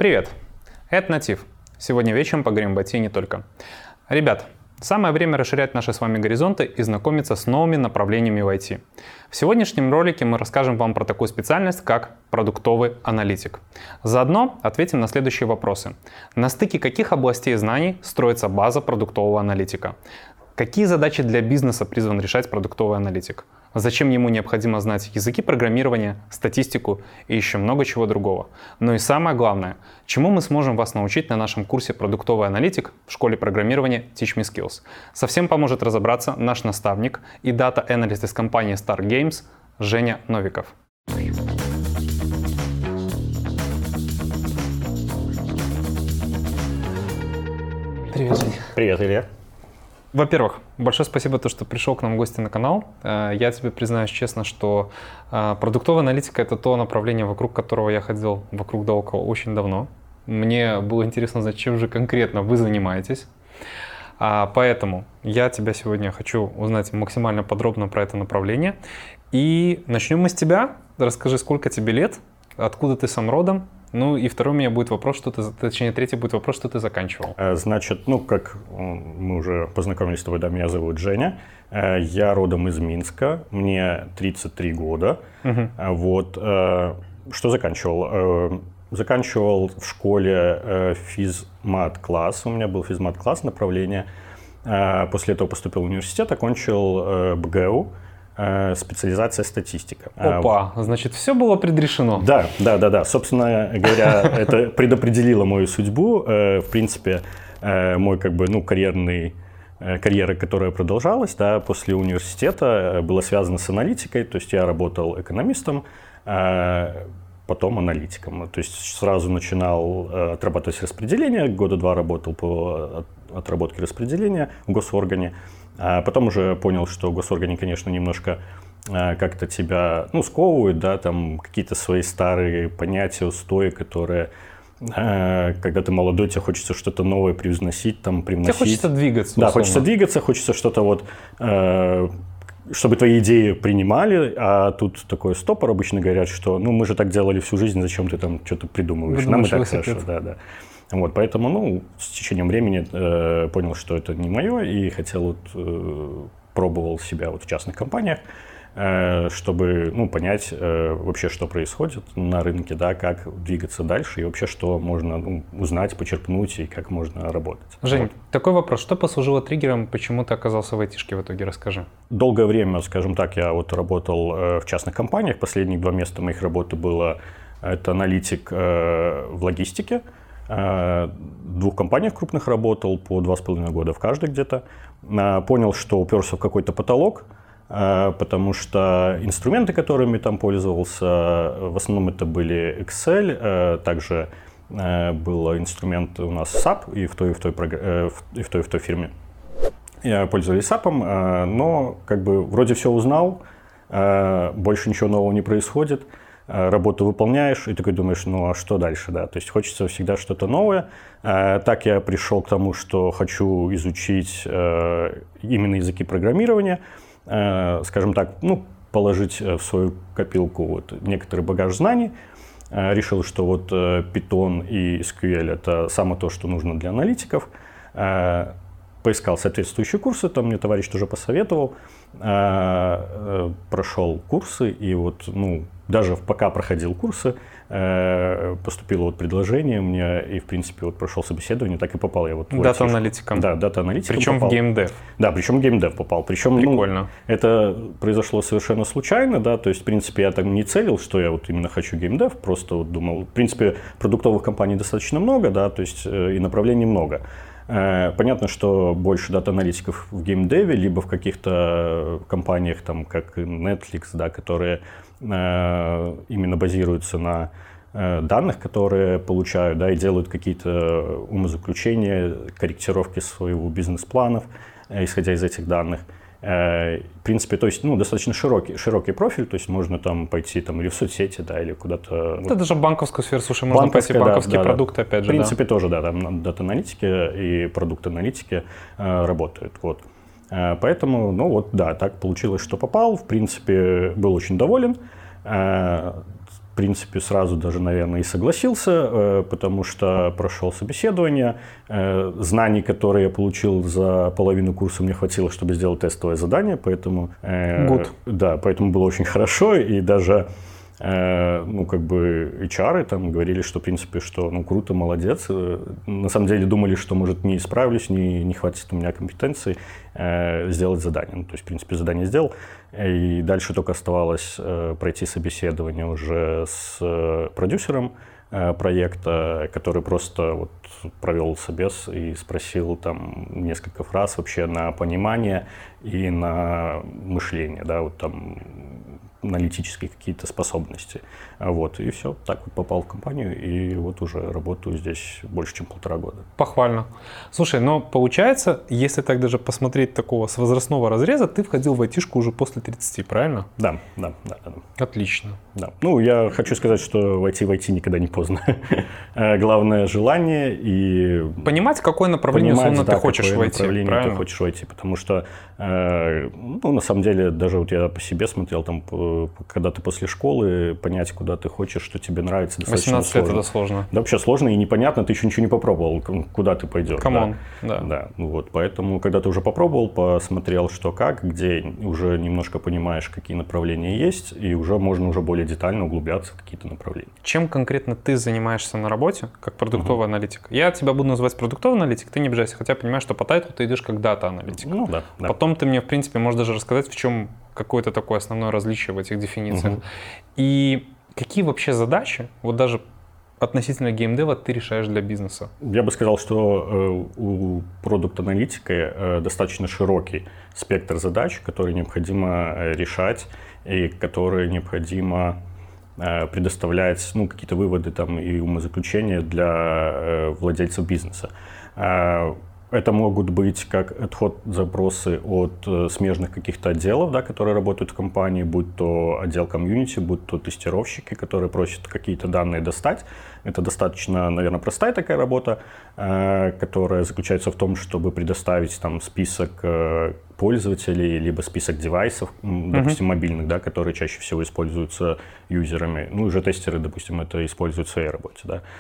Привет, это Натив. Сегодня вечером поговорим об IT и не только. Ребят, самое время расширять наши с вами горизонты и знакомиться с новыми направлениями в IT. В сегодняшнем ролике мы расскажем вам про такую специальность, как продуктовый аналитик. Заодно ответим на следующие вопросы. На стыке каких областей знаний строится база продуктового аналитика? Какие задачи для бизнеса призван решать продуктовый аналитик? Зачем ему необходимо знать языки программирования, статистику и еще много чего другого? Ну и самое главное, чему мы сможем вас научить на нашем курсе «Продуктовый аналитик» в школе программирования Teach Me Skills. Совсем поможет разобраться наш наставник и дата-аналист из компании Star Games Женя Новиков. Привет, Женя. Привет, Илья. Во-первых, большое спасибо, что пришел к нам в гости на канал. Я тебе признаюсь честно, что продуктовая аналитика — это то направление, вокруг которого я ходил вокруг да около очень давно. Мне было интересно знать, чем же конкретно вы занимаетесь. Поэтому я тебя сегодня хочу узнать максимально подробно про это направление. И начнем мы с тебя. Расскажи, сколько тебе лет, откуда ты сам родом. Ну и второй у меня будет вопрос, третий будет вопрос, что ты заканчивал. Значит, как мы уже познакомились с тобой, да, меня зовут Женя. Я родом из Минска, мне 33 года. Вот. Что заканчивал? Заканчивал в школе физмат-класс. У меня был физмат-класс, направление. После этого поступил в университет, окончил БГУ. Специализация статистика. Опа, значит, все было предрешено. Да. Собственно говоря, это предопределило мою судьбу. В принципе, мой карьера, которая продолжалась, да, после университета, была связана с аналитикой. То есть я работал экономистом, потом аналитиком. То есть сразу начинал отрабатывать распределение. Года 2 работал по отработке распределения в госоргане. А потом уже понял, что в госоргане, конечно, немножко как-то тебя, сковывают, да, там какие-то свои старые понятия, устои, которые, когда ты молодой, тебе хочется что-то новое привносить, там, привносить. Тебе хочется двигаться. Да, хочется двигаться, хочется что-то чтобы твои идеи принимали, а тут такой стопор, обычно говорят, что, мы же так делали всю жизнь, зачем ты там что-то придумываешь, нам и так хорошо, да. Вот, поэтому, с течением времени понял, что это не мое, и хотел, пробовал себя в частных компаниях, чтобы, понять вообще, что происходит на рынке, да, как двигаться дальше, и вообще, что можно узнать, почерпнуть, и как можно работать. Жень, такой вопрос, что послужило триггером, почему ты оказался в айтишке в итоге, расскажи. Долгое время, скажем так, я работал в частных компаниях, последние 2 места моих работы было, это аналитик в логистике, в 2 компаниях крупных работал, по 2,5 года в каждой где-то. Понял, что уперся в какой-то потолок, потому что инструменты, которыми там пользовался, в основном это были Excel, также был инструмент у нас SAP и в той фирме. Я пользовался SAP, но вроде все узнал, больше ничего нового не происходит. Работу выполняешь, и такой думаешь, а что дальше, да, то есть хочется всегда что-то новое. Так я пришел к тому, что хочу изучить именно языки программирования, скажем так, положить в свою копилку некоторый багаж знаний. Решил, что Python и SQL — это самое то, что нужно для аналитиков. Поискал соответствующие курсы, там мне товарищ тоже посоветовал, прошел курсы, и даже пока проходил курсы, поступило предложение мне, и, в принципе, прошел собеседование, так и попал я Дата-аналитиком. Да, дата-аналитиком. Причем попал. в геймдев. Да, причем в геймдев попал. Причем, прикольно. Это произошло совершенно случайно, да, то есть, в принципе, я там не целил, что я именно хочу геймдев, просто думал, в принципе, продуктовых компаний достаточно много, да, то есть, и направлений много. Понятно, что больше дата-аналитиков в геймдеве, либо в каких-то компаниях, там, как Netflix, да, которые именно базируются на данных, которые получают, да, и делают какие-то умозаключения, корректировки своего бизнес-планов, исходя из этих данных. В принципе, то есть, достаточно широкий профиль, то есть можно там пойти или в соцсети, да, или куда-то. Это даже в банковскую сферу, слушай, можно пойти в банковские продукты, опять же. В принципе, тоже, да, там дата-аналитики и продукт-аналитики работают, вот. Поэтому, так получилось, что попал, в принципе, был очень доволен. в принципе, сразу даже, наверное, и согласился, потому что прошел собеседование. Знаний, которые я получил за половину курса, мне хватило, чтобы сделать тестовое задание, поэтому... Да, поэтому было очень хорошо, и даже... HR там говорили, что, в принципе, что, круто, молодец. На самом деле думали, что, может, не справлюсь, не хватит у меня компетенций сделать задание. То есть, в принципе, задание сделал. И дальше только оставалось пройти собеседование уже с продюсером проекта, который просто провел собес и спросил там несколько фраз вообще на понимание и на мышление, да, аналитические какие-то способности. И все. Так попал в компанию, и уже работаю здесь больше, чем 1,5 года. Похвально. Слушай, но получается, если так даже посмотреть такого с возрастного разреза, ты входил в айтишку уже после 30, правильно? Да. Отлично. Да. Я хочу сказать, что войти в IT никогда не поздно. Главное желание и... Понимать, какое направление, условно, ты хочешь войти, правильно? Ты хочешь войти, потому что, на самом деле, даже я по себе смотрел, там, когда ты после школы, понять, куда ты хочешь, что тебе нравится, достаточно 18 лет это сложно. Да, вообще сложно и непонятно, ты еще ничего не попробовал, куда ты пойдешь. Камон, да. Поэтому, когда ты уже попробовал, посмотрел, что как, где уже немножко понимаешь, какие направления есть, и уже можно уже более детально углубляться в какие-то направления. Чем конкретно ты занимаешься на работе, как продуктовый аналитик? Я тебя буду называть продуктовый аналитик, ты не обижайся, хотя понимаешь, что по тайтлу ты идешь как дата-аналитик. Да. Потом ты мне, в принципе, можешь даже рассказать, в чем какое-то такое основное различие в этих дефинициях. И какие вообще задачи, даже относительно геймдева, ты решаешь для бизнеса? Я бы сказал, что у продукт-аналитика достаточно широкий спектр задач, которые необходимо решать и которые необходимо предоставлять какие-то выводы там, и умозаключения для владельцев бизнеса. Это могут быть как ad-hoc запросы от смежных каких-то отделов, да, которые работают в компании, будь то отдел комьюнити, будь то тестировщики, которые просят какие-то данные достать. Это достаточно, наверное, простая такая работа, которая заключается в том, чтобы предоставить там список пользователей, либо список девайсов, допустим, мобильных, да, которые чаще всего используются юзерами. И уже тестеры, допустим, это используют в своей работе.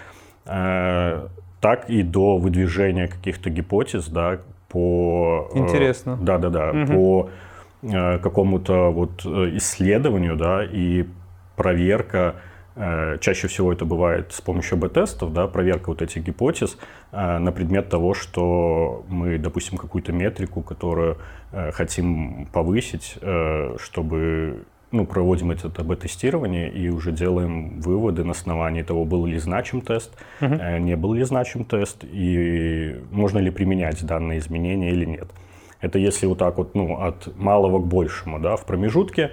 Да. Так и до выдвижения каких-то гипотез, да, по... Интересно. По какому-то исследованию, да, и проверка, чаще всего это бывает с помощью АБ-тестов, да, проверка этих гипотез на предмет того, что мы, допустим, какую-то метрику, которую хотим повысить, чтобы... проводим это АБ-тестирование и уже делаем выводы на основании того, был ли значим тест, не был ли значим тест, и можно ли применять данные изменения или нет. Это если от малого к большему, да, в промежутке.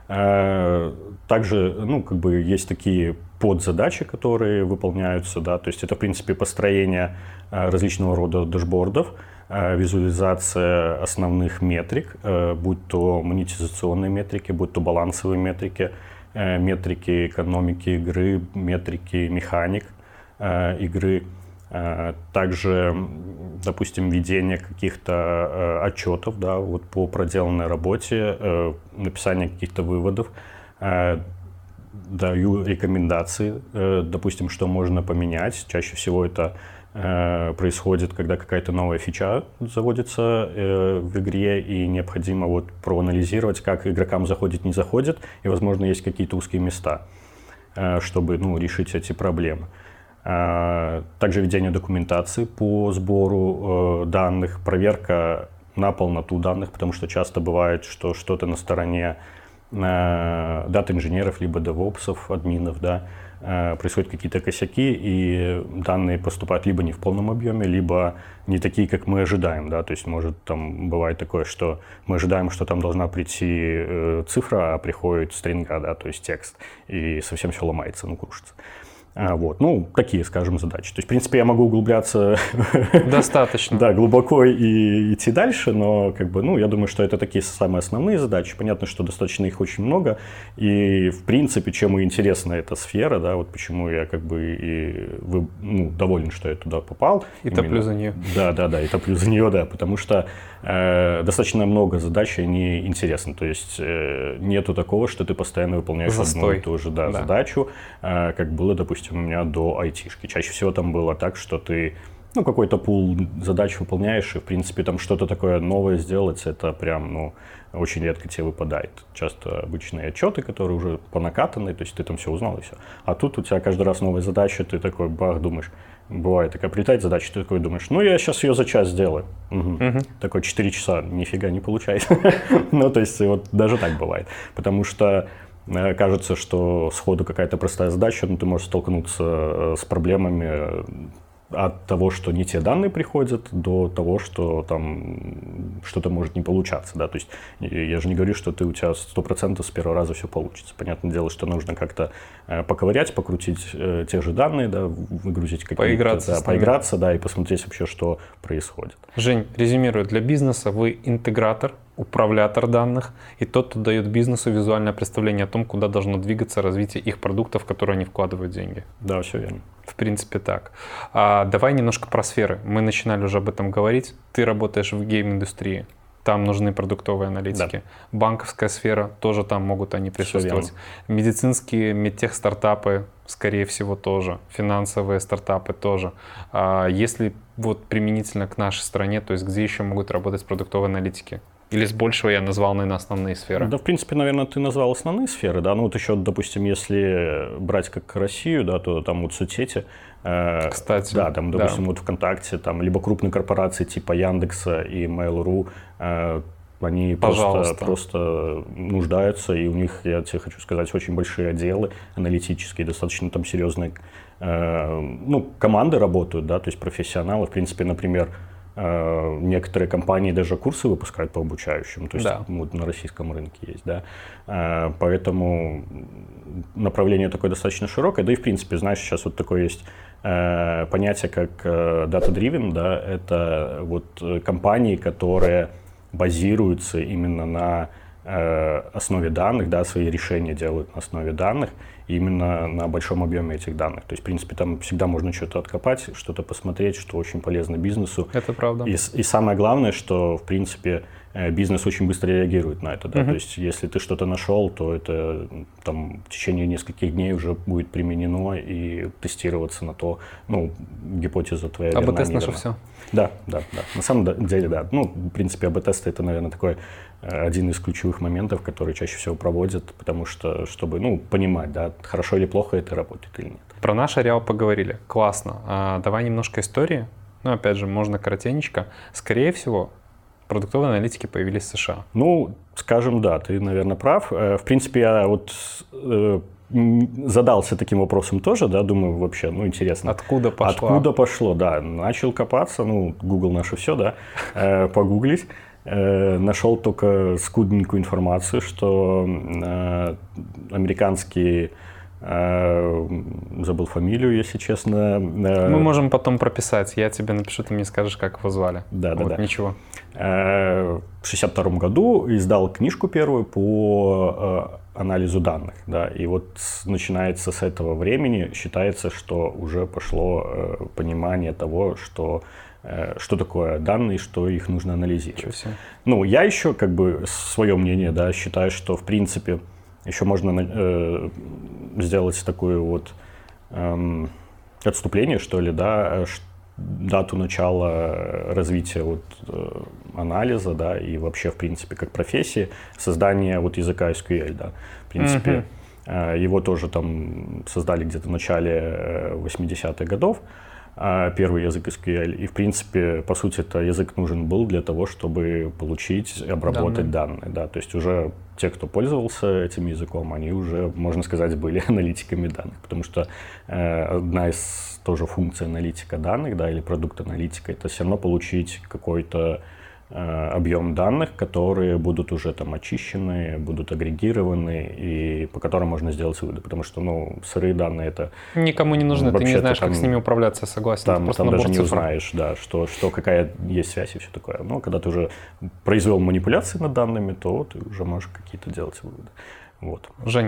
Также, есть такие подзадачи, которые выполняются, да, то есть это, в принципе, построение различного рода дашбордов, визуализация основных метрик, будь то монетизационные метрики, будь то балансовые метрики, метрики экономики игры, метрики механик игры. Также, допустим, ведение каких-то отчетов, да, по проделанной работе, написание каких-то выводов, даю рекомендации, допустим, что можно поменять. Чаще всего это происходит, когда какая-то новая фича заводится в игре, и необходимо проанализировать, как игрокам заходит, не заходит, и, возможно, есть какие-то узкие места, чтобы решить эти проблемы. Также ведение документации по сбору данных, проверка на полноту данных, потому что часто бывает, что что-то на стороне дата-инженеров, либо девопсов, админов, да, происходят какие-то косяки, и данные поступают либо не в полном объеме, либо не такие, как мы ожидаем, да, то есть может там бывает такое, что мы ожидаем, что там должна прийти цифра, а приходит стринга, да, то есть текст, и совсем все ломается, крушится. Вот. Ну, такие, скажем, задачи. То есть, в принципе, я могу углубляться достаточно. Да, глубоко и идти дальше, но как бы, ну, я думаю, что это такие самые основные задачи. Понятно, что достаточно их очень много. И, в принципе, чем и интересна эта сфера, да, вот почему я как бы доволен, что я туда попал. И топлю за нее. Да, и топлю за нее, да, потому что достаточно много задач, они интересны. То есть нету такого, что ты постоянно выполняешь одну и ту же задачу, как было, допустим, у меня до айтишки. Чаще всего там было так, что ты какой-то пул задач выполняешь, и, в принципе, там что-то такое новое сделать, это прям, очень редко тебе выпадает. Часто обычные отчеты, которые уже понакатаны, то есть ты там все узнал и все. А тут у тебя каждый раз новая задача, ты такой, бах, думаешь, бывает такая, прилетает задача, ты такой думаешь, я сейчас ее за час сделаю. Такой 4 часа, нифига не получается. То есть вот даже так бывает. Потому что кажется, что сходу какая-то простая задача, ты можешь столкнуться с проблемами от того, что не те данные приходят, до того, что там что-то может не получаться, да, то есть я же не говорю, что у тебя 100% с первого раза все получится. Понятное дело, что нужно как-то поковырять, покрутить те же данные, да, выгрузить какие-то, поиграться, да, и посмотреть вообще, что происходит. Жень, резюмируя, для бизнеса вы интегратор, управлятор данных и тот, кто дает бизнесу визуальное представление о том, куда должно двигаться развитие их продуктов, в которые они вкладывают деньги. Да, все верно. В принципе, так. Давай немножко про сферы. Мы начинали уже об этом говорить. Ты работаешь в гейм-индустрии. Там нужны продуктовые аналитики. Да. Банковская сфера, тоже там могут они присутствовать. Медицинские, медтех-стартапы, скорее всего, тоже. Финансовые стартапы тоже. Если вот применительно к нашей стране, то есть где еще могут работать продуктовые аналитики? Или с большего я назвал, наверное, основные сферы? Да, в принципе, наверное, ты назвал основные сферы, да. Вот еще, допустим, если брать как Россию, да, то там вот соцсети. Кстати. Да, там, допустим, вот ВКонтакте, там, либо крупные корпорации типа Яндекса и Mail.ru, они просто нуждаются, и у них, я тебе хочу сказать, очень большие отделы аналитические, достаточно там серьезные команды работают, да, то есть профессионалы, в принципе, например, некоторые компании даже курсы выпускают по обучающим, то есть вот на российском рынке есть, да, поэтому направление такое достаточно широкое, да и в принципе, знаешь, сейчас вот такое есть понятие как data-driven, да, это вот компании, которые базируются именно на основе данных, да, свои решения делают на основе данных, именно на большом объеме этих данных. То есть, в принципе, там всегда можно что-то откопать, что-то посмотреть, что очень полезно бизнесу. Это правда. И самое главное, что, в принципе, бизнес очень быстро реагирует на это. Да? То есть, если ты что-то нашел, то это там, в течение нескольких дней уже будет применено и тестироваться на то, гипотеза твоя верна, АБ-тест наше все. Да. На самом деле, да. В принципе, АБ-тесты — это, наверное, такой один из ключевых моментов, которые чаще всего проводят, потому что, чтобы, понимать, да, хорошо или плохо это работает или нет. Про наш ареал поговорили. Классно. Давай немножко истории. Опять же, можно коротенечко. Скорее всего, продуктовые аналитики появились в США. Скажем, да, ты, наверное, прав. В принципе, я вот задался таким вопросом тоже, да, думаю, вообще, интересно. Откуда пошло? Откуда пошло, да. Начал копаться, Google наше все, да, погуглить. Нашел только скудненькую информацию, что американские, забыл фамилию, если честно. Мы можем потом прописать, я тебе напишу, ты мне скажешь, как его звали. Да. Ничего. В 1962 году издал книжку первую по анализу данных, да, и вот начинается с этого времени, считается, что уже пошло понимание того, что такое данные, что их нужно анализировать. Я еще, свое мнение, да, считаю, что, в принципе, еще можно сделать такое вот отступление, что ли, да, дату начала развития анализа, да, и вообще, в принципе, как профессии, создания языка SQL, да. В принципе, его тоже там создали где-то в начале 80-х годов, первый язык SQL. И, в принципе, по сути, это язык нужен был для того, чтобы получить и обработать данные. Да. То есть уже те, кто пользовался этим языком, они уже, можно сказать, были аналитиками данных. Потому что одна из тоже функций аналитика данных, да, или продукт аналитика, это все равно получить какой-то объем данных, которые будут уже там очищены, будут агрегированы и по которым можно сделать выводы. Потому что, сырые данные это... Никому не нужны, ты не знаешь, как с ними управляться, согласен. Там даже не узнаешь, да, что какая есть связь и все такое. Но когда ты уже произвел манипуляции над данными, то ты уже можешь какие-то делать выводы. Вот. Жень,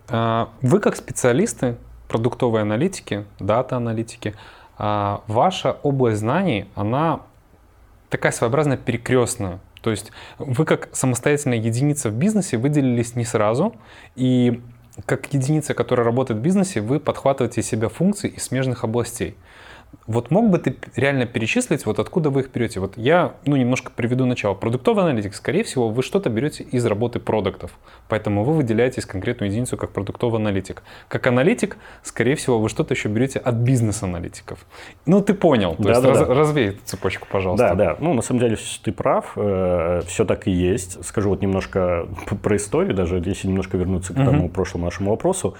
вы как специалисты продуктовой аналитики, дата-аналитики, ваша область знаний, она такая своеобразная перекрестная. То есть вы как самостоятельная единица в бизнесе выделились не сразу, и как единица, которая работает в бизнесе, вы подхватываете из себя функции из смежных областей. Вот мог бы ты реально перечислить, вот откуда вы их берете? Вот я немножко приведу начало. Продуктовый аналитик, скорее всего, вы что-то берете из работы продуктов, поэтому вы выделяетесь конкретную единицу как продуктовый аналитик. Как аналитик, скорее всего, вы что-то еще берете от бизнес-аналитиков. Ты понял, то есть развей эту цепочку, пожалуйста. Да. На самом деле ты прав, все так и есть. Скажу вот немножко про историю, даже если немножко вернуться к тому прошлому нашему вопросу.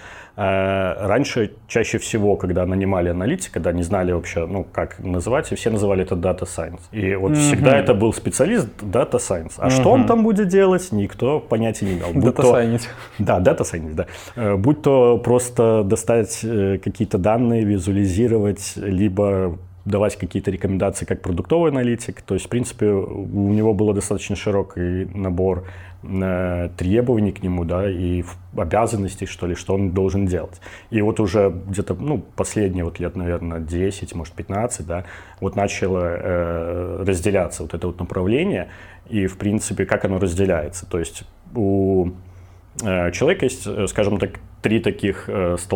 Раньше чаще всего, когда нанимали аналитика, да, не знали вообще, как называть, и все называли это Data Science. И вот всегда это был специалист Data Science. А что он там будет делать, никто понятия не имел. Data Science. Да, Data Science, да. Будь то просто достать какие-то данные, визуализировать, либо давать какие-то рекомендации как продуктовый аналитик. То есть, в принципе, у него был достаточно широкий набор требований к нему, да, и обязанностей, что ли, что он должен делать. И вот уже где-то, последние лет, наверное, 10, может, 15, да, вот начало разделяться вот это вот направление, и, в принципе, как оно разделяется. То есть у человека есть, скажем так, 3 таких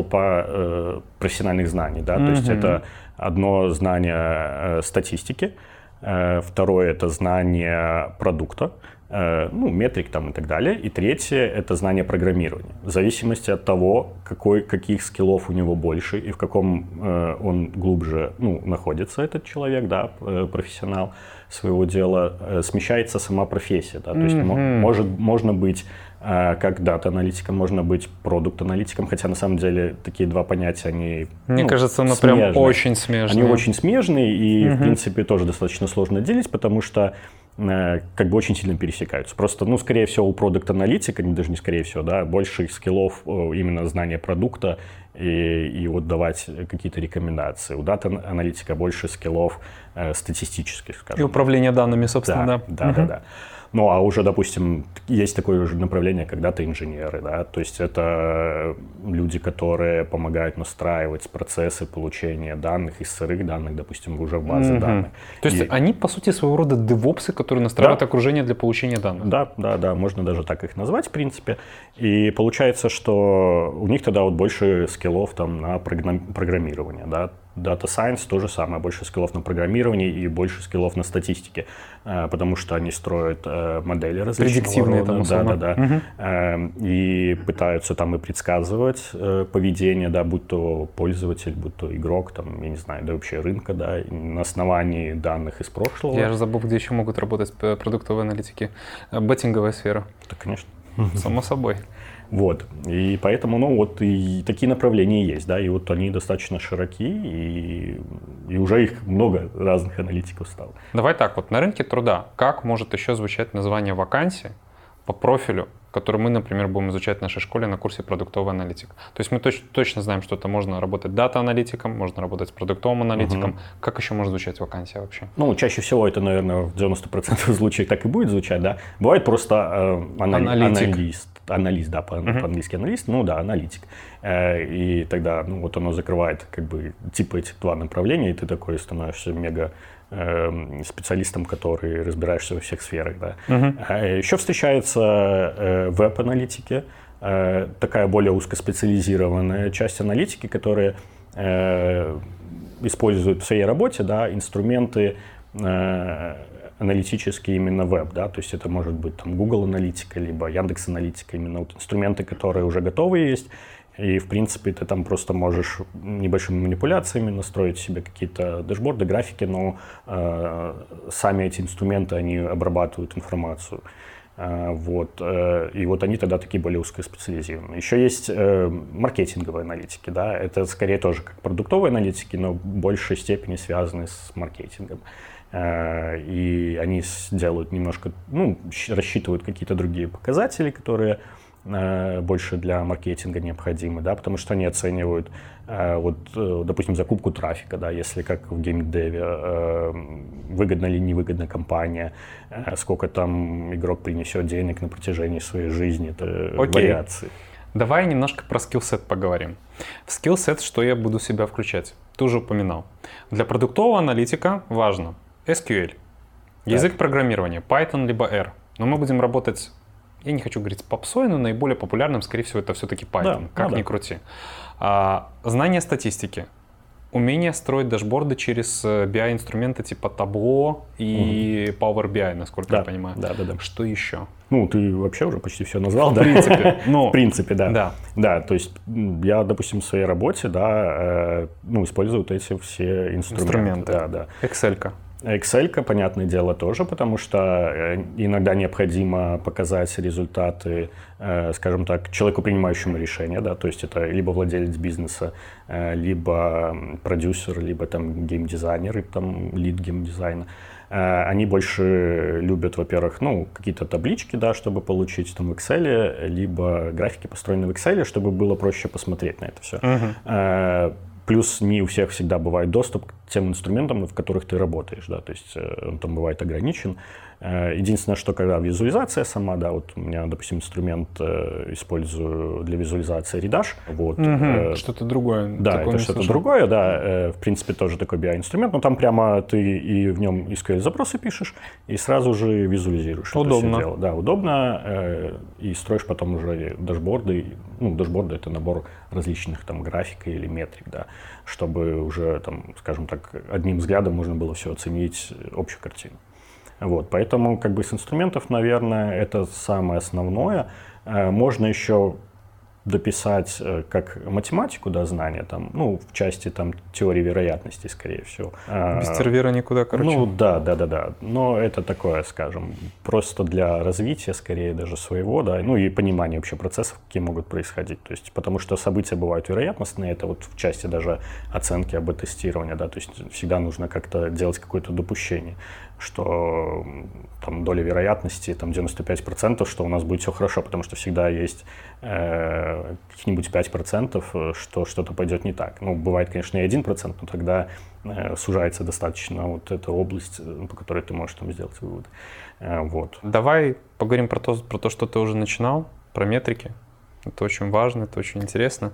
столпа профессиональных знаний, да, то есть это одно знание статистики, второе это знание продукта, метрик там и так далее. И третье – это знание программирования. В зависимости от того, каких скиллов у него больше и в каком он глубже находится этот человек, да, профессионал своего дела, смещается сама профессия. Да? То есть можно быть как дата-аналитиком, можно быть продукт-аналитиком, хотя на самом деле такие два понятия, они Мне кажется, оно прям очень смежные. Они очень смежные и, в принципе, тоже достаточно сложно делить, потому что как бы очень сильно пересекаются. Просто, скорее всего, у продукт-аналитика, даже не скорее всего, да, больше скиллов именно знания продукта и вот давать какие-то рекомендации. У дата-аналитика больше скиллов статистических, скажем. И управление данными, собственно, Да. А уже, допустим, есть такое же направление, как дата-инженеры, да, то есть это люди, которые помогают настраивать процессы получения данных из сырых данных, допустим, уже в базы данных. То есть они, по сути, своего рода девопсы, которые настраивают окружение для получения данных? Да, можно даже так их назвать, в принципе. И получается, что у них тогда вот больше скиллов там на программирование, да. Data Science то же самое, больше скиллов на программировании и больше скиллов на статистике, потому что они строят модели различного рода, да, и пытаются там и предсказывать поведение, да, будь то пользователь, будь то игрок, там, я не знаю, да вообще рынка, да, на основании данных из прошлого. Я же забыл, где еще могут работать продуктовые аналитики. Беттинговая сфера. Да, конечно. Само собой. Вот, и поэтому, вот и такие направления есть, да, и вот они достаточно широки, и уже их много разных аналитиков стало. Давай так, вот на рынке труда, как может еще звучать название вакансии по профилю, который мы, например, будем изучать в нашей школе на курсе продуктовый аналитик. То есть мы точно знаем, что это можно работать дата-аналитиком, можно работать с продуктовым аналитиком. Как еще может звучать вакансия вообще? Чаще всего это, наверное, в 90% случаев так и будет звучать, да. Бывает просто аналист, да, по-английски аналист, аналитик. И тогда, вот оно закрывает как бы типа этих два направления, и ты такой становишься мега специалистом, который разбираешься во всех сферах, да. Еще встречаются веб-аналитики, такая более узкоспециализированная часть аналитики, которые используют в своей работе, да, инструменты аналитические именно веб, да, то есть это может быть там Google аналитика, либо Яндекс аналитика, именно вот инструменты, которые уже готовы есть, и в принципе ты там просто можешь небольшими манипуляциями настроить себе какие-то дэшборды, графики, но сами эти инструменты, они обрабатывают информацию Вот. И вот они тогда такие более узкоспециализированы. Еще есть маркетинговые аналитики, да, это скорее тоже как продуктовые аналитики, но в большей степени связаны с маркетингом. И они делают немножко, рассчитывают какие-то другие показатели, которые больше для маркетинга необходимы, да, потому что они оценивают, допустим, закупку трафика, да, если как в геймдеве, выгодна или невыгодна компания, сколько там игрок принесет денег на протяжении своей жизни, это вариации. Давай немножко про скиллсет поговорим. В скиллсет что я буду себя включать? Ты уже упоминал. Для продуктового аналитика важно SQL, язык программирования, Python либо R. Но мы будем работать, я не хочу говорить попсой, но наиболее популярным, скорее всего, это все-таки Python, как ни крути. Знание статистики, умение строить дашборды через BI-инструменты типа Tableau и Power BI, насколько я понимаю. Да. Что еще? Ты вообще уже почти все назвал, да? В принципе. В принципе, да. Да, то есть я, допустим, в своей работе, да, использую вот эти все инструменты. Да. Excel-ка. Excel-ка, понятное дело, тоже, потому что иногда необходимо показать результаты, скажем так, человеку, принимающему решение, да, то есть это либо владелец бизнеса, либо продюсер, либо там геймдизайнер, там лид геймдизайна. Они больше любят, во-первых, какие-то таблички, да, чтобы получить там в Excel, либо графики, построенные в Excel, чтобы было проще посмотреть на это все. Плюс не у всех всегда бывает доступ к тем инструментам, в которых ты работаешь, да, то есть он там бывает ограничен. Единственное, что когда визуализация сама, да, вот у меня, допустим, инструмент использую для визуализации Redash. Вот, что-то другое. Да, это что-то другое, да, в принципе, тоже такой BI-инструмент, но там прямо ты и в нем SQL-запросы пишешь, и сразу же визуализируешь. Удобно. Это все дело. Да, удобно, и строишь потом уже дашборды. Дашборды — это набор различных там график или метрик, да, чтобы уже, там, скажем так, одним взглядом можно было все оценить, общую картину. Вот, поэтому как бы с инструментов, наверное, это самое основное. Можно еще дописать как математику, да, знания, там, в части там теории вероятности, скорее всего. Без сервера никуда, короче. Да. Но это такое, скажем, просто для развития, скорее, даже своего, да, и понимания вообще процессов, какие могут происходить. То есть, потому что события бывают вероятностные, это вот в части даже оценки АБ-тестирования, да, то есть всегда нужно как-то делать какое-то допущение, что там доля вероятности там 95%, что у нас будет все хорошо, потому что всегда есть каких-нибудь 5%, что что-то пойдет не так. Бывает, конечно, и 1%, но тогда сужается достаточно вот эта область, по которой ты можешь там сделать выводы. Вот. Давай поговорим про то, что ты уже начинал, про метрики. Это очень важно, это очень интересно.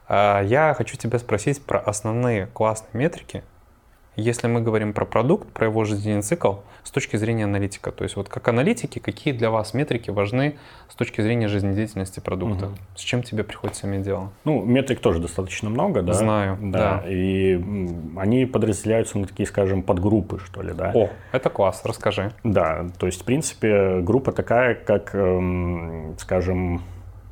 Я хочу тебя спросить про основные классные метрики. Если мы говорим про продукт, про его жизненный цикл с точки зрения аналитика, то есть вот как аналитики, какие для вас метрики важны с точки зрения жизнедеятельности продукта? С чем тебе приходится иметь дело? Метрик тоже достаточно много, да? Знаю, да. И они подразделяются на такие, скажем, подгруппы, что ли, да? О, это класс, расскажи. Да, то есть, в принципе, группа такая, как, скажем,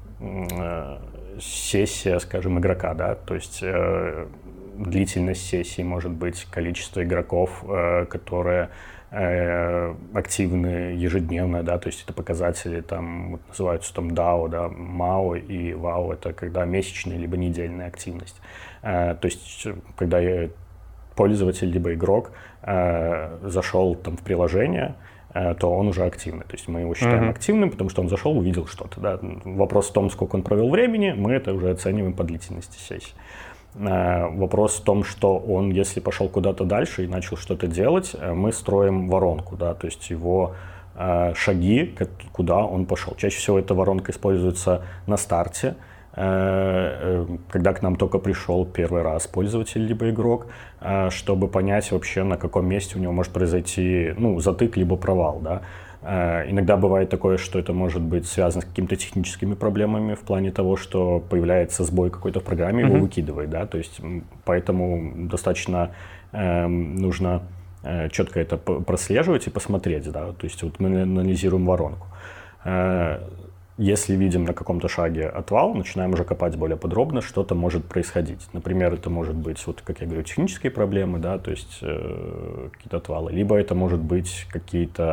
сессия, скажем, игрока, да, то есть длительность сессии может быть, количество игроков, которые активны ежедневно, да, то есть это показатели там называются там DAO, да, MAO и WAO, это когда месячная либо недельная активность. То есть когда пользователь либо игрок зашел там в приложение, то он уже активный. То есть мы его считаем активным, потому что он зашел, увидел что-то. Да. Вопрос в том, сколько он провел времени, мы это уже оцениваем по длительности сессии. Вопрос в том, что он, если пошел куда-то дальше и начал что-то делать, мы строим воронку, да, то есть его шаги, куда он пошел. Чаще всего эта воронка используется на старте, когда к нам только пришел первый раз пользователь либо игрок, чтобы понять вообще, на каком месте у него может произойти затык либо провал, да. Иногда бывает такое, что это может быть связано с какими-то техническими проблемами в плане того, что появляется сбой какой-то в программе, его выкидывает, да, то есть поэтому достаточно нужно четко это прослеживать и посмотреть, да, то есть вот мы анализируем воронку. Если видим на каком-то шаге отвал, начинаем уже копать более подробно, что-то может происходить. Например, это может быть, вот как я говорю, технические проблемы, да, то есть какие-то отвалы, либо это может быть какие-то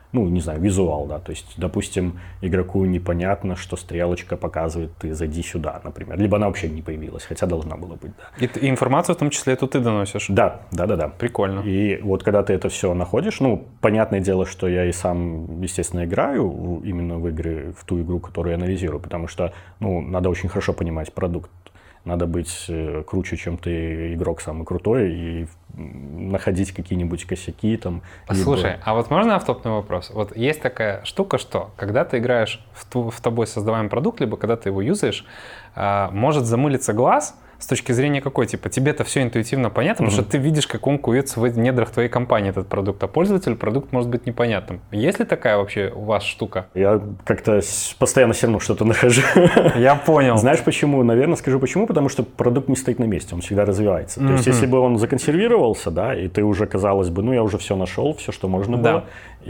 ну, не знаю, визуал, да, то есть, допустим, игроку непонятно, что стрелочка показывает, ты зайди сюда, например, либо она вообще не появилась, хотя должна была быть, да. И информацию в том числе эту ты доносишь? Да. Прикольно. И вот когда ты это все находишь, ну, понятное дело, что я и сам, естественно, играю именно в игры, в ту игру, которую я анализирую, потому что, ну, надо очень хорошо понимать продукт. Надо быть круче, чем ты игрок самый крутой, и находить какие-нибудь косяки там. Слушай, а вот можно автопный вопрос? Вот есть такая штука, что когда ты играешь в тобой создаваемый продукт, либо когда ты его юзаешь, может замылиться глаз с точки зрения какой? Типа тебе-то все интуитивно понятно, потому что ты видишь, как он куется в недрах твоей компании, этот продукт, а пользователю продукт может быть непонятным. Есть ли такая вообще у вас штука? Я как-то постоянно все равно что-то нахожу. Я понял. Знаешь почему? Наверное, скажу почему. Потому что продукт не стоит на месте, он всегда развивается. То есть если бы он законсервировался, да, и ты уже, казалось бы, ну я уже все нашел, все, что можно было,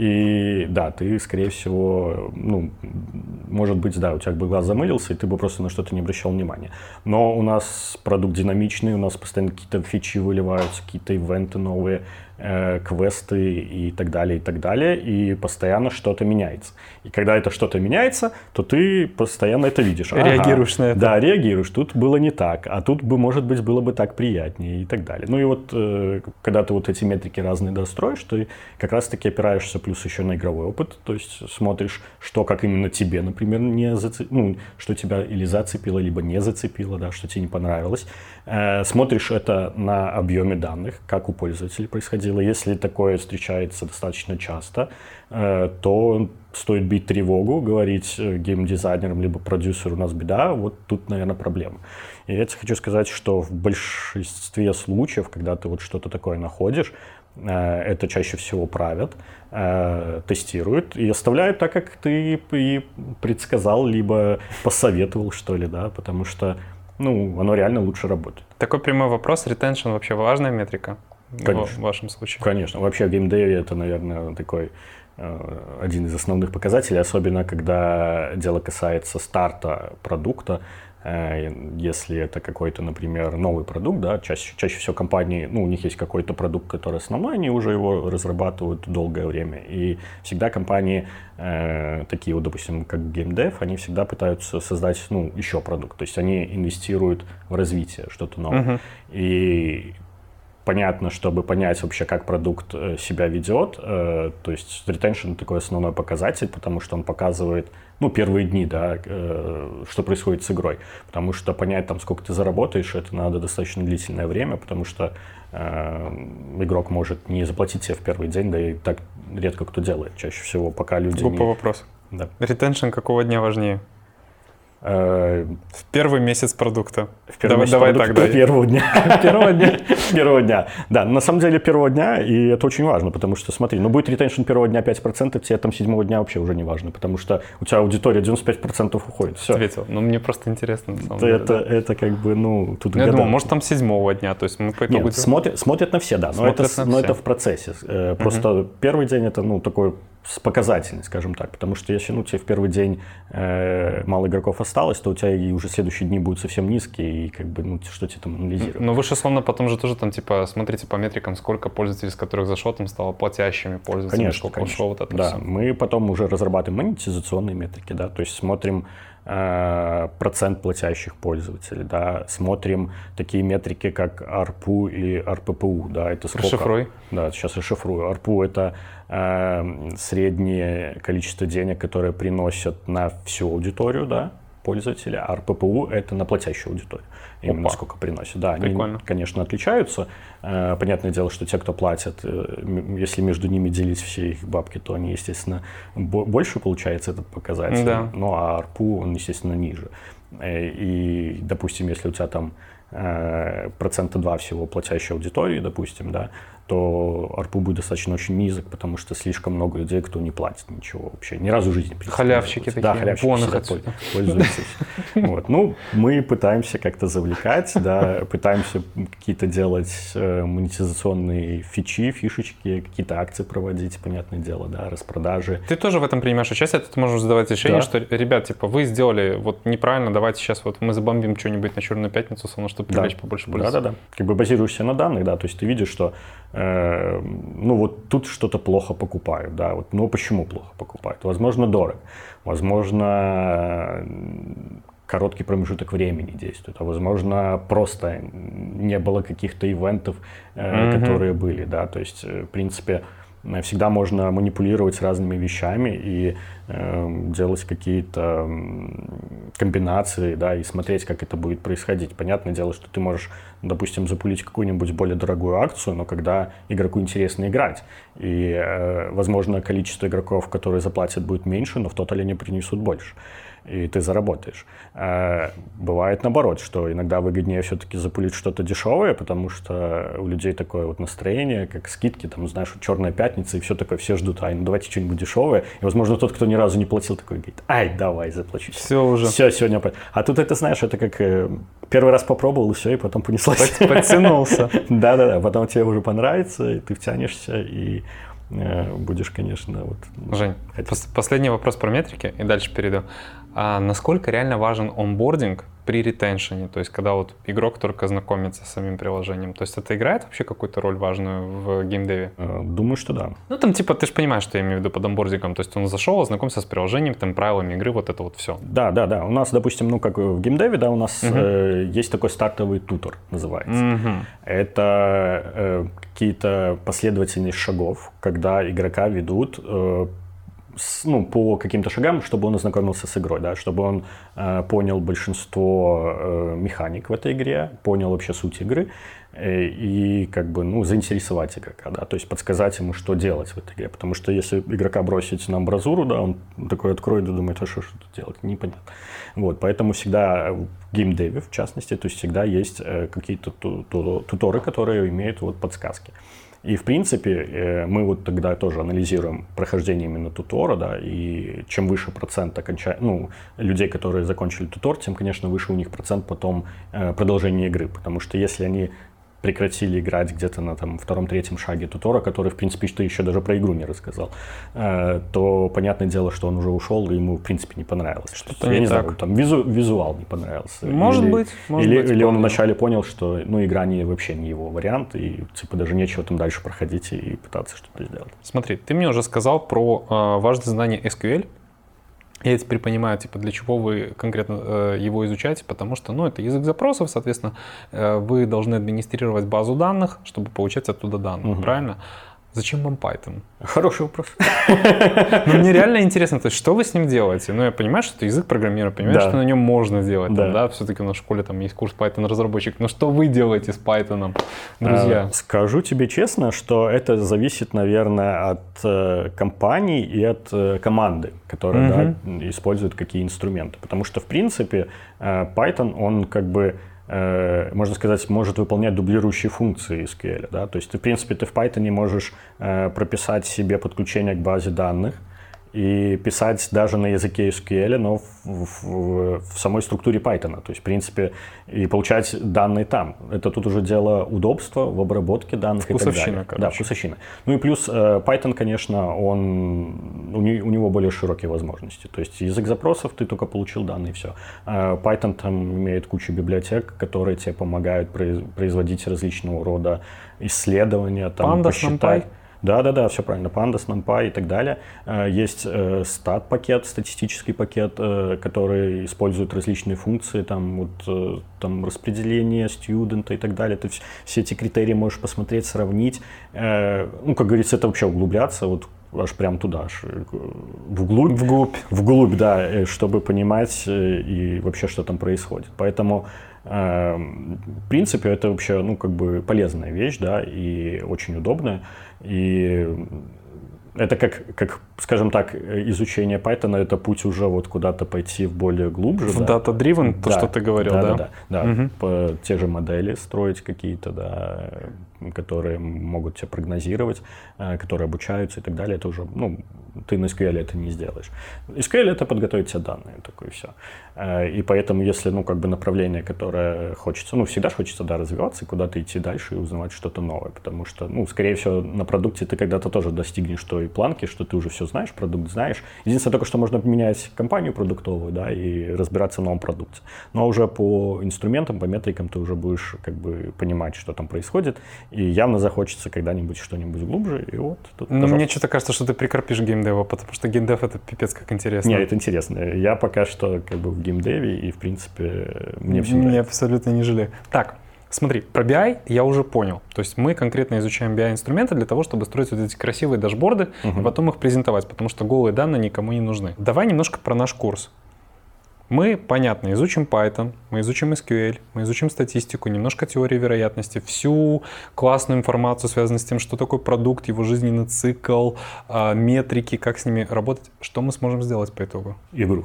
и да, ты, скорее всего, ну, может быть, да, у тебя бы глаз замылился, и ты бы просто на что-то не обращал внимания. Но у нас продукт динамичный, у нас постоянно какие-то фичи выливаются, какие-то ивенты новые, квесты и так далее, и постоянно что-то меняется. И когда это что-то меняется, то ты постоянно это видишь. Реагируешь на это. Да, реагируешь. Тут было не так, а тут бы, может быть, было бы так приятнее и так далее. Ну и вот, когда ты вот эти метрики разные достроишь, ты как раз-таки опираешься плюс еще на игровой опыт, то есть смотришь, что как именно тебе, например, не ну, что тебя или зацепило, либо не зацепило, да, что тебе не понравилось. Смотришь это на объеме данных, как у пользователей происходило. Если такое встречается достаточно часто, то стоит бить тревогу, говорить геймдизайнерам либо продюсеру: у нас беда, вот тут, наверное, проблема. И я тебе хочу сказать, что в большинстве случаев, когда ты вот что-то такое находишь, это чаще всего правят, тестируют и оставляют так, как ты и предсказал, либо посоветовал, что ли, да, потому что, ну, оно реально лучше работает. Такой прямой вопрос: ретеншн вообще важная метрика? Конечно. В вашем случае? Конечно. Вообще в геймдеве это, наверное, такой один из основных показателей, особенно когда дело касается старта продукта. Если это какой-то, например, новый продукт, да, чаще всего компании, ну, у них есть какой-то продукт, который основной, они уже его разрабатывают долгое время. И всегда компании, такие вот, допустим, как геймдев, они всегда пытаются создать, ну, еще продукт. То есть они инвестируют в развитие, что-то новое. И понятно, чтобы понять вообще, как продукт себя ведет, то есть retention такой основной показатель, потому что он показывает, ну, первые дни, да, что происходит с игрой. Потому что понять, там, сколько ты заработаешь, это надо достаточно длительное время, потому что игрок может не заплатить тебе в первый день, да и так редко кто делает. Чаще всего, пока люди Глупый вопрос. Да. Ретеншн какого дня важнее? В первый месяц продукта. Давай так, да. Первого дня. Первого дня. Да, на самом деле первого дня, и это очень важно, потому что, смотри, ну будет ретеншн первого дня 5%, тебе там 7-го дня вообще уже не важно, потому что у тебя аудитория 95% уходит. Все. Ответил. Ну, мне просто интересно, на самом деле. Это как бы, ну, тут я думал, может, там 7-го дня, то есть мы по итогу... Нет, смотрят на все, да, но это в процессе. Просто первый день это, ну, такой показательный, скажем так, потому что если, ну, тебе в первый день мало игроков осталось, то у тебя и уже следующие дни будут совсем низкие, и как бы, ну, что тебе там анализировать. Но вы же, словно, потом же тоже там, типа, смотрите по метрикам, сколько пользователей, с которых зашел, там стало платящими пользователями, конечно, сколько ушло, вот это да, все. Мы потом уже разрабатываем монетизационные метрики, да, то есть смотрим процент платящих пользователей, да, смотрим такие метрики, как ARPU и RPPU, да, это сколько... Расшифруй. Да, сейчас расшифрую. ARPU — это среднее количество денег, которое приносят на всю аудиторию, да, пользователя, а RPPU — это на платящую аудиторию. Именно сколько приносит. Да, прикольно. Они, конечно, отличаются. Понятное дело, что те, кто платят, если между ними делить все их бабки, то они, естественно, больше получается этот показатель. Да. Ну, а ARPU, он, естественно, ниже. И, допустим, если у тебя там 2% всего платящей аудитории, допустим, да, то ARPU будет достаточно очень низок, потому что слишком много людей, кто не платит ничего вообще, ни разу в жизни. Халявщики такие, да, халявщики вон их отсюда. Пользуются. Вот. Ну, мы пытаемся как-то завлекать, да, пытаемся какие-то делать монетизационные фичи, фишечки, какие-то акции проводить, понятное дело, да, распродажи. Ты тоже в этом принимаешь участие, ты можешь задавать решение, да. что, ребят, типа, вы сделали вот неправильно, давайте сейчас вот мы забомбим что-нибудь на Черную пятницу, чтобы привлечь побольше пользователей. Да. Как бы базируешься на данных, да, то есть ты видишь, что ну вот тут что-то плохо покупают, да, вот, но почему плохо покупают? Возможно, дорого, возможно, короткий промежуток времени действует, а возможно, просто не было каких-то ивентов, которые были, да, то есть, в принципе, всегда можно манипулировать разными вещами и делать какие-то комбинации, да, и смотреть, как это будет происходить. Понятное дело, что ты можешь, допустим, запулить какую-нибудь более дорогую акцию, но когда игроку интересно играть, и, возможно, количество игроков, которые заплатят, будет меньше, но в тотале они принесут больше, и ты заработаешь. Бывает наоборот, что иногда выгоднее все-таки запулить что-то дешевое, потому что у людей такое вот настроение, как скидки, там, знаешь, «Черная пятница» и все такое, все ждут, ну давайте что-нибудь дешевое. И, возможно, тот, кто ни разу не платил, такой говорит, ай, давай, заплачу. Все уже. Все, сегодня. А тут это, знаешь, это как первый раз попробовал, и все, и потом понеслась. Подтянулся. Да-да-да, потом тебе уже понравится, и ты втянешься, и будешь, конечно, вот... Жень, последний вопрос про метрики, и дальше перейду. А насколько реально важен онбординг при ретеншене, то есть когда вот игрок только знакомится с самим приложением, то есть это играет вообще какую-то роль важную в геймдеве? Думаю, что да. Ну там типа ты же понимаешь, что я имею в виду под онбордингом, то есть он зашел, ознакомился с приложением, там правилами игры, вот это вот все. Да. У нас, допустим, ну как в геймдеве, да, у нас есть такой стартовый тутор, называется. Это какие-то последовательность шагов, когда игрока ведут по каким-то шагам, чтобы он ознакомился с игрой, да, чтобы он понял большинство механик в этой игре, понял вообще суть игры и как бы, заинтересовать игрока, да, то есть подсказать ему, что делать в этой игре, потому что если игрока бросить на амбразуру, да, он такой откроет и думает, а что тут делать, непонятно. Вот, поэтому всегда в геймдеве, в частности, то есть всегда есть какие-то туторы, которые имеют вот подсказки. И, в принципе, мы вот тогда тоже анализируем прохождение именно тутора, да, и чем выше процент людей, которые закончили тутор, тем, конечно, выше у них процент потом продолжения игры, потому что если они прекратили играть где-то на втором-третьем шаге тутора, который, в принципе, ты еще даже про игру не рассказал, то понятное дело, что он уже ушел, и ему, в принципе, не понравилось. Что-то я не не так. знаю, там визуал не понравился. Может быть. Или он вначале понял, что игра вообще не его вариант, и даже нечего там дальше проходить и пытаться что-то сделать. Смотри, ты мне уже сказал про важность знания SQL. Я теперь понимаю, для чего вы конкретно его изучаете, потому что, это язык запросов, соответственно, вы должны администрировать базу данных, чтобы получать оттуда данные, правильно? Зачем вам Python? Хороший вопрос. Мне реально интересно, то есть что вы с ним делаете? Я понимаю, что это язык программирования, понимаю, что на нем можно делать, все-таки у нас в школе есть курс Python-разработчик, но что вы делаете с Python, друзья? Скажу тебе честно, что это зависит, наверное, от компании и от команды, которая использует какие инструменты, потому что, в принципе, Python, он можно сказать, может выполнять дублирующие функции SQL. Да? То есть, в принципе, ты в Python можешь прописать себе подключение к базе данных и писать даже на языке SQL, но в самой структуре Python. То есть, в принципе, и получать данные там. Это тут уже дело удобства в обработке данных и так далее. Да, вкусовщина. И плюс Python, конечно, у него более широкие возможности. То есть язык запросов, ты только получил данные, и все. Python там имеет кучу библиотек, которые тебе помогают производить различного рода исследования, посчитать. Да, все правильно. Pandas, NumPy и так далее. Есть стат-пакет, статистический пакет, который использует различные функции, там распределение студента и так далее. Ты все эти критерии можешь посмотреть, сравнить. Как говорится, это вообще углубляться, аж прям туда, вглубь, да, чтобы понимать и вообще, что там происходит. Поэтому в принципе, это вообще, полезная вещь, да, и очень удобная. И это как, скажем так, изучение Python, это путь уже куда-то пойти в более глубже. В data-driven, что ты говорил, да? Те же модели строить какие-то, да, которые могут тебя прогнозировать, которые обучаются и так далее. Это уже, ты на SQL это не сделаешь. SQL это подготовить все данные, такое все. И поэтому, если, направление, которое хочется, всегда хочется, да, развиваться, куда-то идти дальше и узнавать что-то новое, потому что, скорее всего, на продукте ты когда-то тоже достигнешь той планки, что ты уже все знаешь, продукт знаешь. Единственное только, что можно поменять компанию продуктовую, да, и разбираться в новом продукте. Но уже по инструментам, по метрикам ты уже будешь, понимать, что там происходит, и явно захочется когда-нибудь что-нибудь глубже, и вот тут, Ну, мне что-то кажется, что ты прикорпишь геймдева, потому что геймдев — это пипец как интересно. Нет, это интересно. Я пока что как бы в геймдеве, и, в принципе, мне все нравится. Я абсолютно не жалею. Так, смотри, про BI я уже понял. То есть мы конкретно изучаем BI-инструменты для того, чтобы строить вот эти красивые дашборды и потом их презентовать, потому что голые данные никому не нужны. Давай немножко про наш курс. Мы, понятно, изучим Python, мы изучим SQL, мы изучим статистику, немножко теории вероятности, всю классную информацию, связанную с тем, что такое продукт, его жизненный цикл, метрики, как с ними работать. Что мы сможем сделать по итогу? Игру.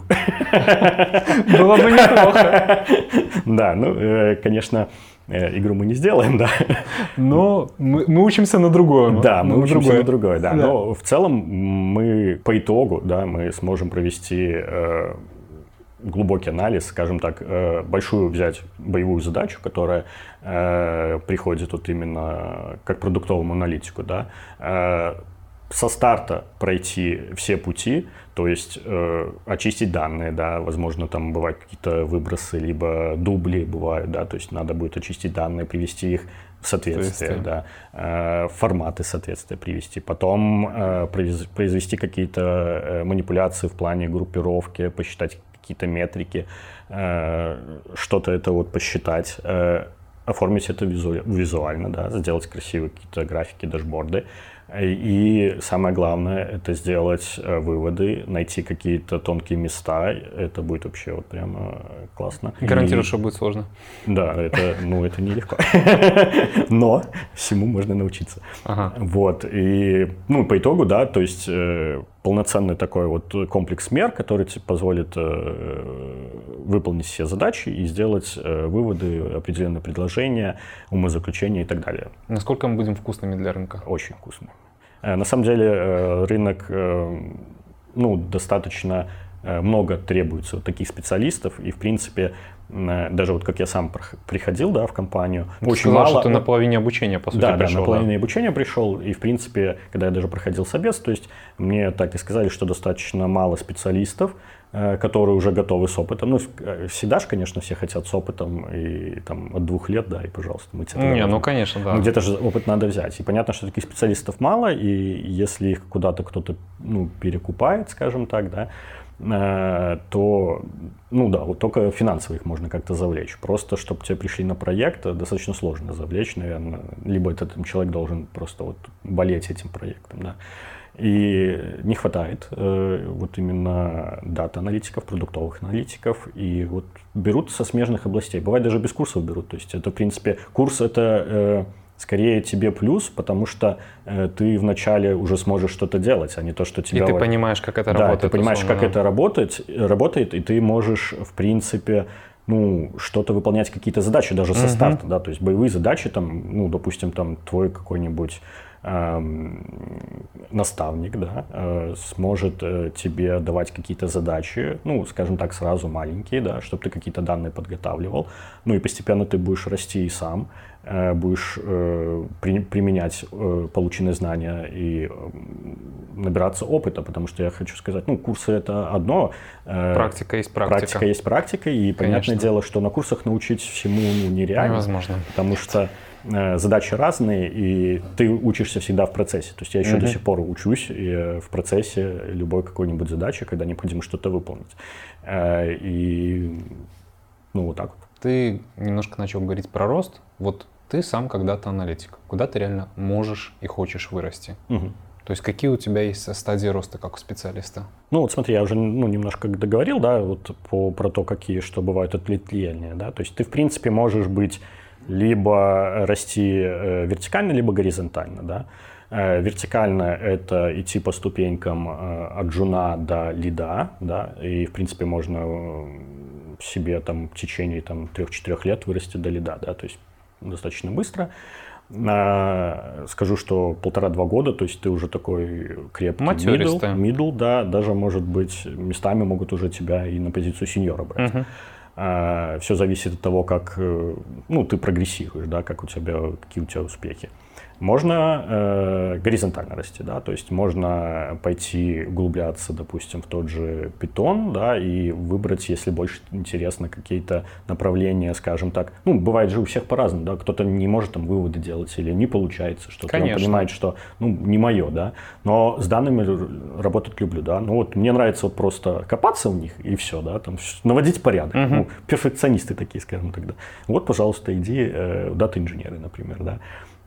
Было бы неплохо. Да, ну, конечно, игру мы не сделаем, да. Но мы учимся на другое. Да, мы учимся на другое, да. Но в целом мы по итогу, да, мы сможем провести глубокий анализ, скажем так, большую взять боевую задачу, которая приходит вот именно как продуктовому аналитику, да, со старта пройти все пути, то есть очистить данные, да, возможно, там бывают какие-то выбросы, либо дубли бывают, да, то есть надо будет очистить данные, привести их в соответствие, да, форматы соответствия привести, потом произвести какие-то манипуляции в плане группировки, посчитать какие-то метрики, что-то это вот посчитать, оформить это визуально, да, сделать красивые какие-то графики, дашборды. И самое главное — это сделать выводы, найти какие-то тонкие места. Это будет вообще вот прямо классно. Гарантирую, что будет сложно. Да, это нелегко. Но всему можно научиться. Ага. Вот. И, ну, по итогу, да, то есть полноценный такой вот комплекс мер, который тебе позволит выполнить все задачи и сделать выводы, определенные предложения, умозаключения и так далее. Насколько мы будем вкусными для рынка? Очень вкусно. На самом деле рынок, ну, достаточно много требуется вот таких специалистов, и в принципе даже вот как я сам приходил, да, в компанию, ты очень сказал, мало. Что ты на половине обучения, по сути, да, пришел. Да, на половине обучения пришел, и в принципе, когда я даже проходил собес, то есть мне так и сказали, что достаточно мало специалистов, которые уже готовы с опытом. Ну, всегда же, конечно, все хотят с опытом, и там от 2 лет, да, и пожалуйста, мы тебе Не, ну, конечно, да. Ну, где-то же опыт надо взять. И понятно, что таких специалистов мало, и если их куда-то кто-то, ну, перекупает, скажем так, да, то, ну да, вот только финансово их можно как-то завлечь. Просто, чтобы тебе пришли на проект, достаточно сложно завлечь, наверное. Либо этот человек должен просто вот болеть этим проектом, да. И не хватает вот именно дата-аналитиков, продуктовых аналитиков, и вот берут со смежных областей. Бывает, даже без курсов берут. То есть это, в принципе, курс — это скорее тебе плюс, потому что ты вначале уже сможешь что-то делать, а не то, что тебя... И ты понимаешь, как это работает. Да, ты понимаешь, условно, как это работает, и ты можешь, в принципе, ну, что-то выполнять, какие-то задачи даже со старта, да, то есть боевые задачи, там, ну, допустим, там твой какой-нибудь наставник, да, сможет тебе давать какие-то задачи, ну, скажем так, сразу маленькие, да, чтобы ты какие-то данные подготавливал, ну, и постепенно ты будешь расти и сам, будешь применять полученные знания и набираться опыта, потому что я хочу сказать, ну, курсы — это одно. Практика есть практика. Практика есть практика, и понятное дело, что на курсах научить всему, ну, нереально. Невозможно. Потому что задачи разные, и ты учишься всегда в процессе. То есть я еще до сих пор учусь в процессе любой какой-нибудь задачи, когда необходимо что-то выполнить. И, ну, вот так вот. Ты немножко начал говорить про рост. Вот ты сам когда-то аналитик. Куда ты реально можешь и хочешь вырасти? То есть какие у тебя есть стадии роста как у специалиста? Ну вот смотри, я уже немножко договорил, да, вот про то, какие, что бывают ответвления, да. То есть ты, в принципе, можешь быть либо расти вертикально, либо горизонтально, да. Вертикально — это идти по ступенькам от джуна до лида, да, и, в принципе, можно себе там в течение там 3-4 лет вырасти до лида, да, то есть достаточно быстро. Скажу, что 1,5-2 года, то есть ты уже такой крепкий middle, да, даже, может быть, местами могут уже тебя и на позицию сеньора брать. Все зависит от того, как, ну, ты прогрессируешь, да, какие у тебя успехи. Можно горизонтально расти, да, то есть можно пойти углубляться, допустим, в тот же Python, да, и выбрать, если больше интересно, какие-то направления, скажем так. Ну, бывает же у всех по-разному, да, кто-то не может там выводы делать или не получается что-то, он понимает, что, ну, не мое, да, но с данными работать люблю, да, ну, вот мне нравится вот просто копаться в них и все, да, там, наводить порядок, ну, перфекционисты такие, скажем тогда. Вот, пожалуйста, иди дата-инженеры, например, да.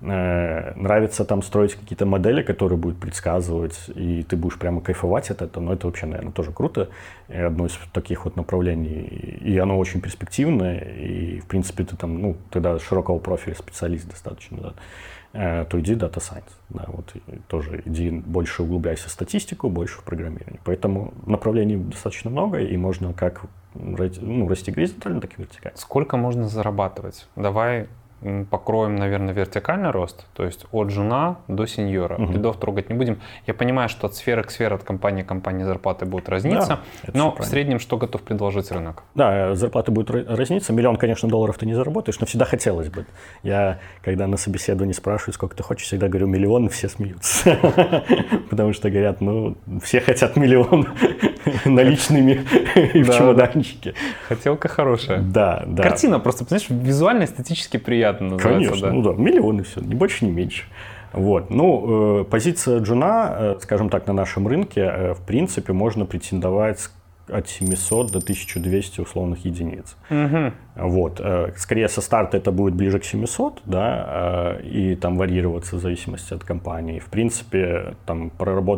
Нравится там строить какие-то модели, которые будут предсказывать, и ты будешь прямо кайфовать от этого, но это вообще, наверное, тоже круто. И одно из таких вот направлений, и оно очень перспективное, и, в принципе, ты там, ну, тогда широкого профиля специалист достаточно, да, то иди Data Science, да, вот, тоже иди больше углубляйся в статистику, больше в программирование. Поэтому направлений достаточно много, и можно как расти горизонтально, так и вертикально. Сколько можно зарабатывать? Давай покроем, наверное, вертикальный рост, то есть от джуна до сеньора. Лидов трогать не будем. Я понимаю, что от сферы к сфере, от компании к компании зарплаты будут разниться, да, но в среднем что готов предложить рынок? Да, зарплаты будут разниться. $1 миллион, конечно, долларов ты не заработаешь, но всегда хотелось бы. Я, когда на собеседовании спрашиваю, сколько ты хочешь, всегда говорю $1 миллион, и все смеются. Потому что говорят, ну, все хотят $1 миллион наличными и в чемоданчике. Хотелка хорошая. Да, да. Картина просто, понимаешь, визуально, эстетически приятно. Конечно, да. Ну да, $1 миллион и все, ни больше, ни меньше. Вот. Ну, позиция джуна, скажем так, на нашем рынке, в принципе, можно претендовать от 700 до 1200 условных единиц. Вот. Скорее, со старта это будет ближе к 700, да, и там варьироваться в зависимости от компании. В принципе, там,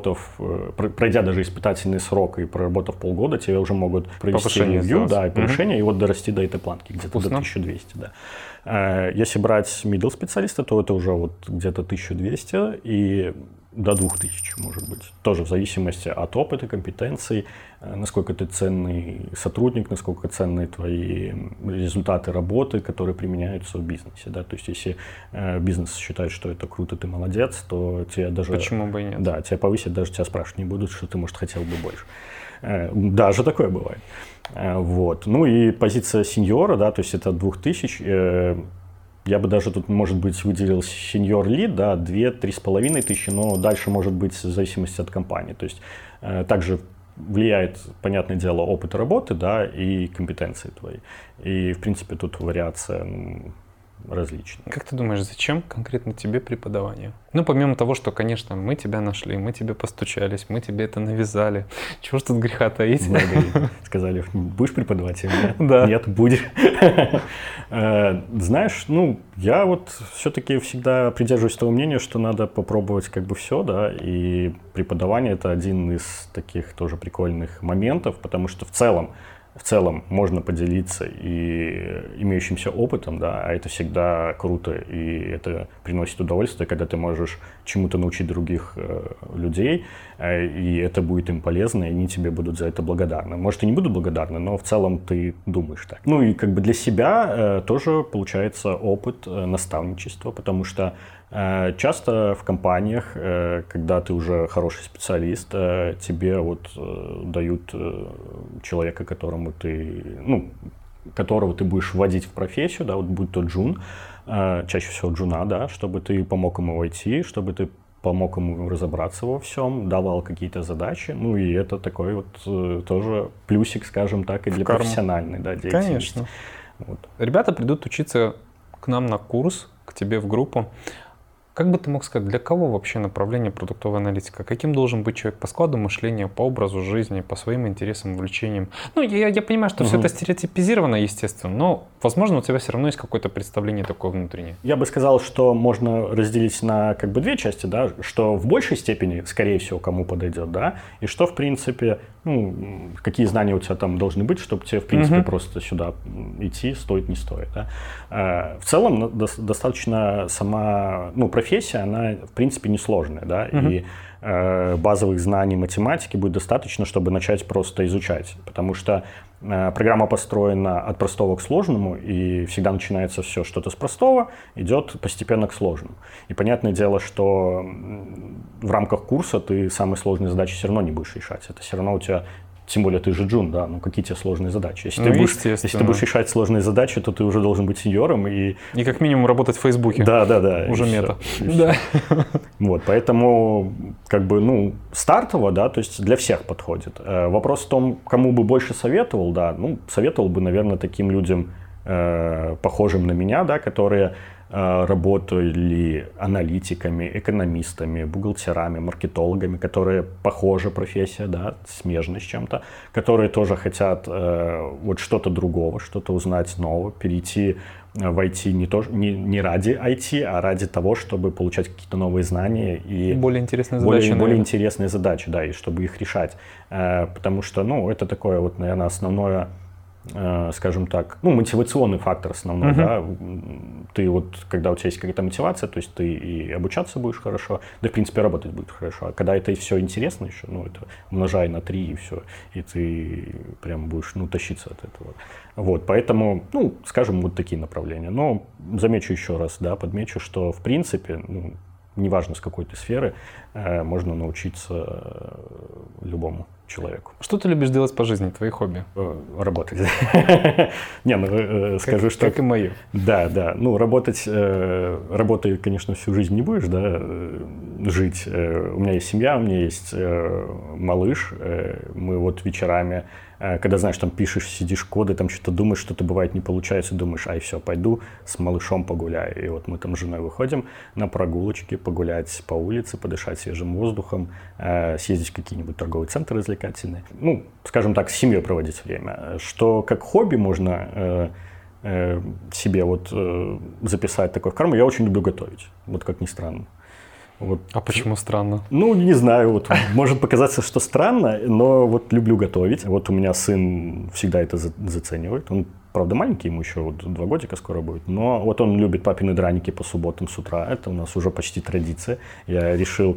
пройдя даже испытательный срок и проработав полгода, тебе уже могут провести ревью, да, и повышение, и вот дорасти до этой планки, где-то до 1200, да. Если брать middle специалиста, то это уже вот где-то 1200 и до 2000, может быть. Тоже в зависимости от опыта, компетенций, насколько ты ценный сотрудник, насколько ценны твои результаты работы, которые применяются в бизнесе. Да? То есть, если бизнес считает, что это круто, ты молодец, то тебе даже... Почему бы и нет? Да, тебя повысят, даже тебя спрашивать не будут, что ты, может, хотел бы больше. Даже такое бывает. Вот. Ну и позиция сеньора, да, то есть это 2000. Я бы даже тут, может быть, выделил senior lead, да, 2-3,5 тысячи, но дальше может быть в зависимости от компании. То есть также влияет, понятное дело, опыт работы, да, и компетенции твои. И, в принципе, тут вариация различная. Как ты думаешь, зачем конкретно тебе преподавание? Ну, помимо того, что, конечно, мы тебя нашли, мы тебе постучались, мы тебе это навязали. Чего ж тут греха таить? Сказали, будешь преподавать? Да. Нет, будешь. Знаешь, ну, я вот все-таки всегда придерживаюсь того мнения, что надо попробовать как бы все, да, и преподавание — это один из таких тоже прикольных моментов, потому что в целом можно поделиться и имеющимся опытом, да, а это всегда круто, и это приносит удовольствие, когда ты можешь чему-то научить других людей, и это будет им полезно, и они тебе будут за это благодарны. Может, и не будут благодарны, но в целом ты думаешь так. Ну и как бы для себя тоже получается опыт наставничества, потому что часто в компаниях, когда ты уже хороший специалист, тебе вот дают человека, которого ты будешь вводить в профессию, да, вот будь то джун, чаще всего джуна, да, чтобы ты помог ему войти, чтобы ты помог ему разобраться во всем, давал какие-то задачи, ну и это такой вот тоже плюсик, скажем так, и для профессиональной, да, деятельности. Конечно. Вот. Ребята придут учиться к нам на курс, к тебе в группу. Как бы ты мог сказать, для кого вообще направление продуктовая аналитика? Каким должен быть человек по складу мышления, по образу жизни, по своим интересам, увлечениям? Ну, я понимаю, что все это стереотипизировано, естественно, но, возможно, у тебя все равно есть какое-то представление такое внутреннее. Я бы сказал, что можно разделить на как бы две части, да, что в большей степени, скорее всего, кому подойдет, да, и что, в принципе, ну, какие знания у тебя там должны быть, чтобы тебе, в принципе, просто сюда идти, стоит, не стоит, да. В целом, достаточно сама, ну, профессия, она, в принципе, несложная, да, и базовых знаний математики будет достаточно, чтобы начать просто изучать, потому что программа построена от простого к сложному, и всегда начинается все что-то с простого, идет постепенно к сложному. И понятное дело, что в рамках курса ты самые сложные задачи все равно не будешь решать. Это все равно у тебя тем более ты же джун, да, ну какие тебе сложные задачи. Если Естественно. ты будешь решать сложные задачи, то ты уже должен быть сеньором и как минимум работать в Фейсбуке. Да. Уже мета. Да. Вот, поэтому, как бы, ну, стартово, да, то есть для всех подходит. Вопрос в том, кому бы больше советовал, да, ну, советовал бы, наверное, таким людям, похожим на меня, да, которые работали аналитиками, экономистами, бухгалтерами, маркетологами, которые похожа профессия, да, смежна с чем-то, которые тоже хотят вот что-то другого, что-то узнать нового, перейти в IT не ради IT, а ради того, чтобы получать какие-то новые знания и более интересные задачи. Более интересные задачи, да, и чтобы их решать. Потому что, ну, это такое вот, наверное, основное, скажем так, ну, мотивационный фактор основной, да, ты вот, когда у тебя есть какая-то мотивация, то есть ты и обучаться будешь хорошо, да, в принципе, работать будет хорошо, а когда это все интересно еще, ну, это умножай на 3 и все, и ты прям будешь, ну, тащиться от этого. Вот, поэтому, ну, скажем, вот такие направления. Но замечу еще раз, да, подмечу, что, в принципе, ну, неважно, с какой ты сферы, можно научиться любому человеку. Что ты любишь делать по жизни, твои хобби? Работать. Не, ну скажу, что... Как и мое. Да. Ну, работой, конечно, всю жизнь не будешь, да, жить. У меня есть семья, у меня есть малыш. Мы вот вечерами, когда, знаешь, там пишешь, сидишь коды, там что-то думаешь, что-то бывает не получается, думаешь, ай, все, пойду с малышом погуляю. И вот мы там с женой выходим на прогулочки, погулять по улице, подышать свежим воздухом, съездить в какие-нибудь торговые центры развлекательные. Ну, скажем так, с семьей проводить время. Что как хобби можно себе вот записать такое в карму, я очень люблю готовить, вот как ни странно. Вот. А почему странно? Ну, не знаю, вот может показаться, что странно, но вот люблю готовить. Вот у меня сын всегда это заценивает. Он, правда, маленький, ему еще вот 2 годика скоро будет, но вот он любит папины драники по субботам с утра. Это у нас уже почти традиция. Я решил,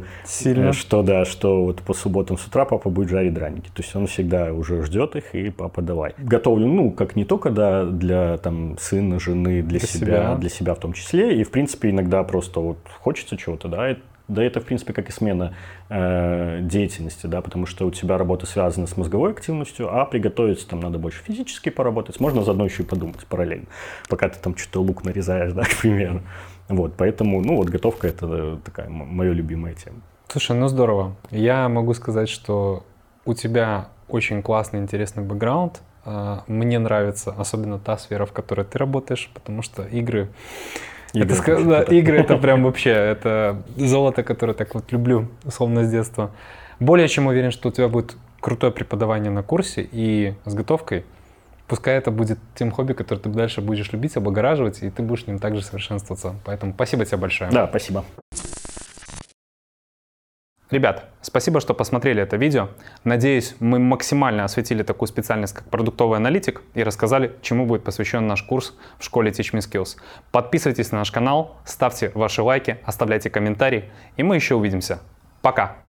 что вот по субботам с утра папа будет жарить драники. То есть он всегда уже ждет их, и папа давай. Готовлю, ну, как не только для там сына, жены, для себя в том числе. И, в принципе, иногда просто вот хочется чего-то, да. Да, это, в принципе, как и смена деятельности, да, потому что у тебя работа связана с мозговой активностью, а приготовиться там надо больше физически поработать. Можно заодно еще и подумать параллельно, пока ты там что-то лук нарезаешь, да, к примеру. Вот, поэтому, ну, вот готовка – это такая моя любимая тема. Слушай, ну здорово. Я могу сказать, что у тебя очень классный, интересный бэкграунд. Мне нравится особенно та сфера, в которой ты работаешь, потому что игры это прям вообще, это золото, которое так вот люблю, условно, с детства. Более чем уверен, что у тебя будет крутое преподавание на курсе и с готовкой. Пускай это будет тем хобби, которое ты дальше будешь любить, облагораживать, и ты будешь в нем также совершенствоваться. Поэтому спасибо тебе большое. Да, спасибо. Ребят, спасибо, что посмотрели это видео. Надеюсь, мы максимально осветили такую специальность, как продуктовый аналитик, и рассказали, чему будет посвящен наш курс в школе Teach Me Skills. Подписывайтесь на наш канал, ставьте ваши лайки, оставляйте комментарии, и мы еще увидимся. Пока!